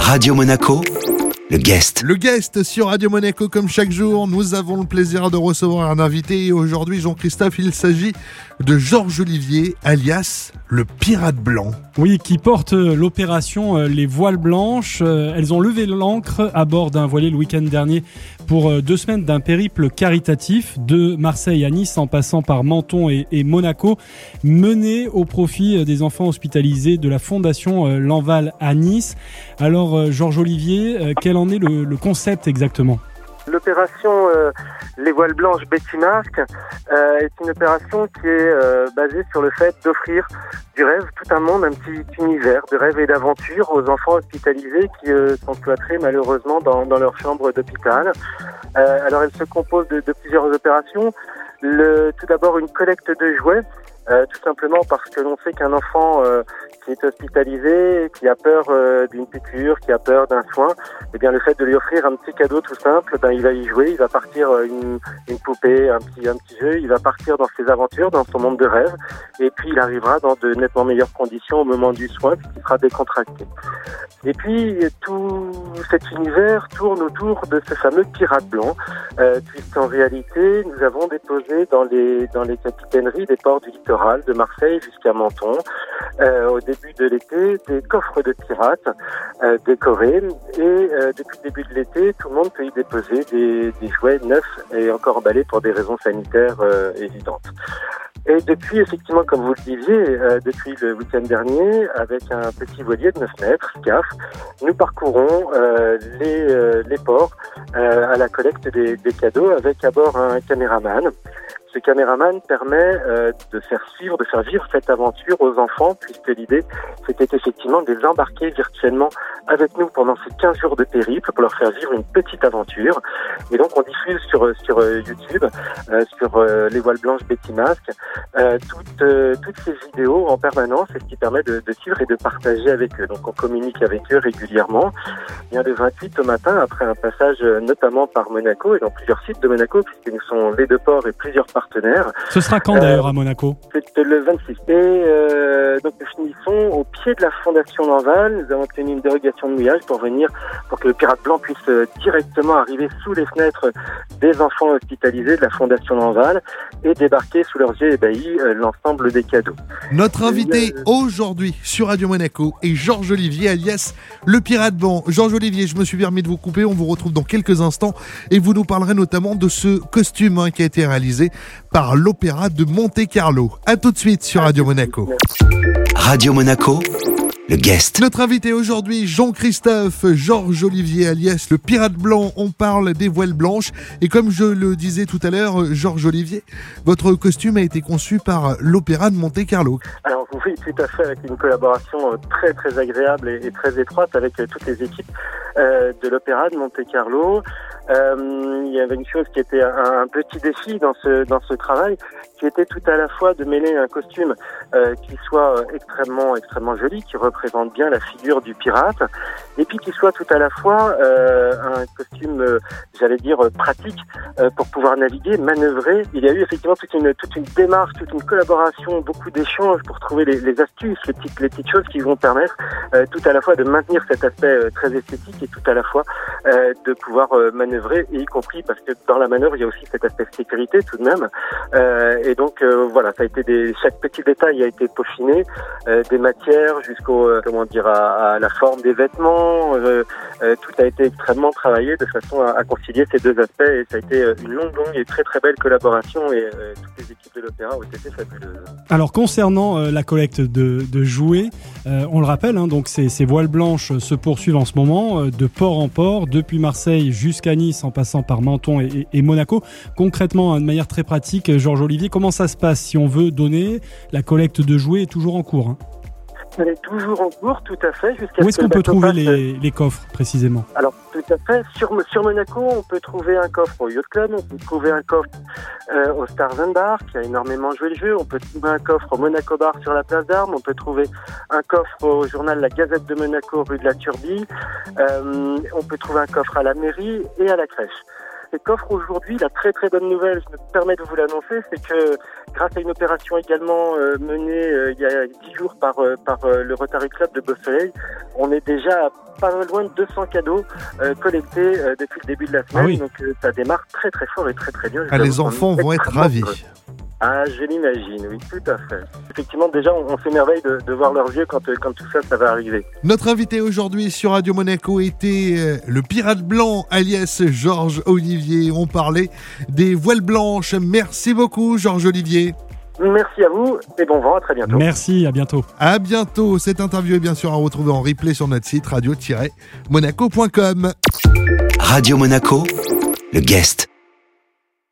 Radio Monaco, le guest. Le guest sur Radio Monaco, comme chaque jour, nous avons le plaisir de recevoir un invité. Et aujourd'hui, Jean-Christophe, il s'agit de Georges Olivier, alias le Pirate Blanc. Oui, qui porte l'opération Les Voiles Blanches. Elles ont levé l'ancre à bord d'un voilier le week-end dernier pour 2 semaines d'un périple caritatif de Marseille à Nice en passant par Menton et Monaco, mené au profit des enfants hospitalisés de la Fondation Lanval à Nice. Alors, Georges Olivier, quel en est le concept exactement ? L'opération Les Voiles Blanches Betty Masque est une opération qui est basée sur le fait d'offrir du rêve, tout un monde, un petit univers de rêve et d'aventure aux enfants hospitalisés qui sont cloîtrés malheureusement dans leur chambre d'hôpital. Alors elle se compose de plusieurs opérations. Tout d'abord une collecte de jouets, tout simplement parce que l'on sait qu'un enfant qui est hospitalisé, qui a peur d'une piqûre, qui a peur d'un soin, eh bien le fait de lui offrir un petit cadeau tout simple, il va y jouer, il va partir une poupée, un petit jeu, il va partir dans ses aventures, dans son monde de rêve, et puis il arrivera dans de nettement meilleures conditions au moment du soin, puisqu'il sera décontracté. Et puis tout cet univers tourne autour de ce fameux pirate blanc, puisqu'en réalité nous avons déposé dans les capitaineries des ports du littoral de Marseille jusqu'à Menton, au début de l'été, des coffres de pirates décorés, et depuis le début de l'été, tout le monde peut y déposer des jouets neufs et encore emballés pour des raisons sanitaires évidentes. Et depuis, effectivement, comme vous le disiez, depuis le week-end dernier, avec un petit voilier de 9 mètres, CAF, nous parcourons les ports à la collecte des cadeaux avec à bord un caméraman. Ce caméraman permet de faire vivre cette aventure aux enfants, puisque l'idée, c'était effectivement de les embarquer virtuellement avec nous pendant ces 15 jours de périple pour leur faire vivre une petite aventure. Et donc, on diffuse sur YouTube, sur Les Voiles Blanches Betty Masque, toutes ces vidéos en permanence, et ce qui permet de suivre et de partager avec eux. Donc, on communique avec eux régulièrement. Bien le 28 au matin, après un passage notamment par Monaco et dans plusieurs sites de Monaco, puisque nous sommes les 2 ports et plusieurs partenaires. Ce sera quand d'ailleurs à Monaco ? C'est le 26. Et donc nous finissons au pied de la Fondation Lanval. Nous avons obtenu une dérogation de mouillage pour que le pirate blanc puisse directement arriver sous les fenêtres des enfants hospitalisés de la Fondation Lanval et débarquer sous leurs yeux ébahis l'ensemble des cadeaux. Notre invité aujourd'hui sur Radio Monaco est Georges Olivier, alias le Pirate Blanc. Georges Olivier, je me suis permis de vous couper, on vous retrouve dans quelques instants et vous nous parlerez notamment de ce costume qui a été réalisé par l'Opéra de Monte-Carlo. À tout de suite sur Radio Monaco. Radio Monaco, le guest. Notre invité aujourd'hui, Jean-Christophe, Georges Olivier, alias le Pirate Blanc. On parle des voiles blanches. Et comme je le disais tout à l'heure, Georges Olivier, votre costume a été conçu par l'Opéra de Monte-Carlo. Alors oui, tout à fait, avec une collaboration très très agréable et très étroite avec toutes les équipes de l'Opéra de Monte-Carlo. Il y avait une chose qui était un petit défi dans ce travail, qui était tout à la fois de mêler un costume qui soit extrêmement joli, qui représente bien la figure du pirate, et puis qui soit tout à la fois un costume, pratique pour pouvoir naviguer, manœuvrer. Il y a eu effectivement toute une démarche, toute une collaboration, beaucoup d'échanges pour trouver les astuces, les petites choses qui vont permettre tout à la fois de maintenir cet aspect très esthétique et tout à la fois de pouvoir manœuvrer, et y compris parce que dans la manœuvre il y a aussi cet aspect sécurité tout de même. Et donc voilà, ça a été chaque petit détail a été peaufiné, des matières jusqu'au à la forme des vêtements. Tout a été extrêmement travaillé de façon à concilier ces 2 aspects, et ça a été une longue et très très belle collaboration, et toutes les équipes de l'Opéra ont été fabuleuses. Alors concernant la collecte de jouets, on le rappelle, donc ces voiles blanches se poursuivent en ce moment de port en port, depuis Marseille jusqu'à Nice en passant par Menton et Monaco. Concrètement, de manière très pratique, Georges Olivier, comment ça se passe si on veut donner? La collecte de jouets est toujours en cours. Elle est toujours en cours, tout à fait. Où est-ce qu'on peut trouver les coffres, précisément? Alors, tout à fait. Sur Monaco, on peut trouver un coffre au Yacht Club, on peut trouver un coffre au Stars & Bar, qui a énormément joué le jeu, on peut trouver un coffre au Monaco Bar sur la place d'Armes, on peut trouver un coffre au journal La Gazette de Monaco, rue de la Turbie, on peut trouver un coffre à la mairie et à la crèche. c'est qu'offre aujourd'hui la très très bonne nouvelle, je me permets de vous l'annoncer, c'est que grâce à une opération également menée il y a 10 jours par le Rotary Club de Beausoleil, on est déjà à pas loin de 200 cadeaux collectés depuis le début de la semaine. Ah oui. Donc ça démarre très très fort et très très bien. Les enfants vont être ravis. Ah, je l'imagine, oui, tout à fait. Effectivement, déjà, on s'émerveille de voir leurs yeux quand tout ça va arriver. Notre invité aujourd'hui sur Radio Monaco était le pirate blanc, alias Georges Olivier. On parlait des voiles blanches. Merci beaucoup, Georges Olivier. Merci à vous et bon vent, à très bientôt. Merci, à bientôt. À bientôt. Cette interview est bien sûr à retrouver en replay sur notre site radio-monaco.com. Radio Monaco, le guest.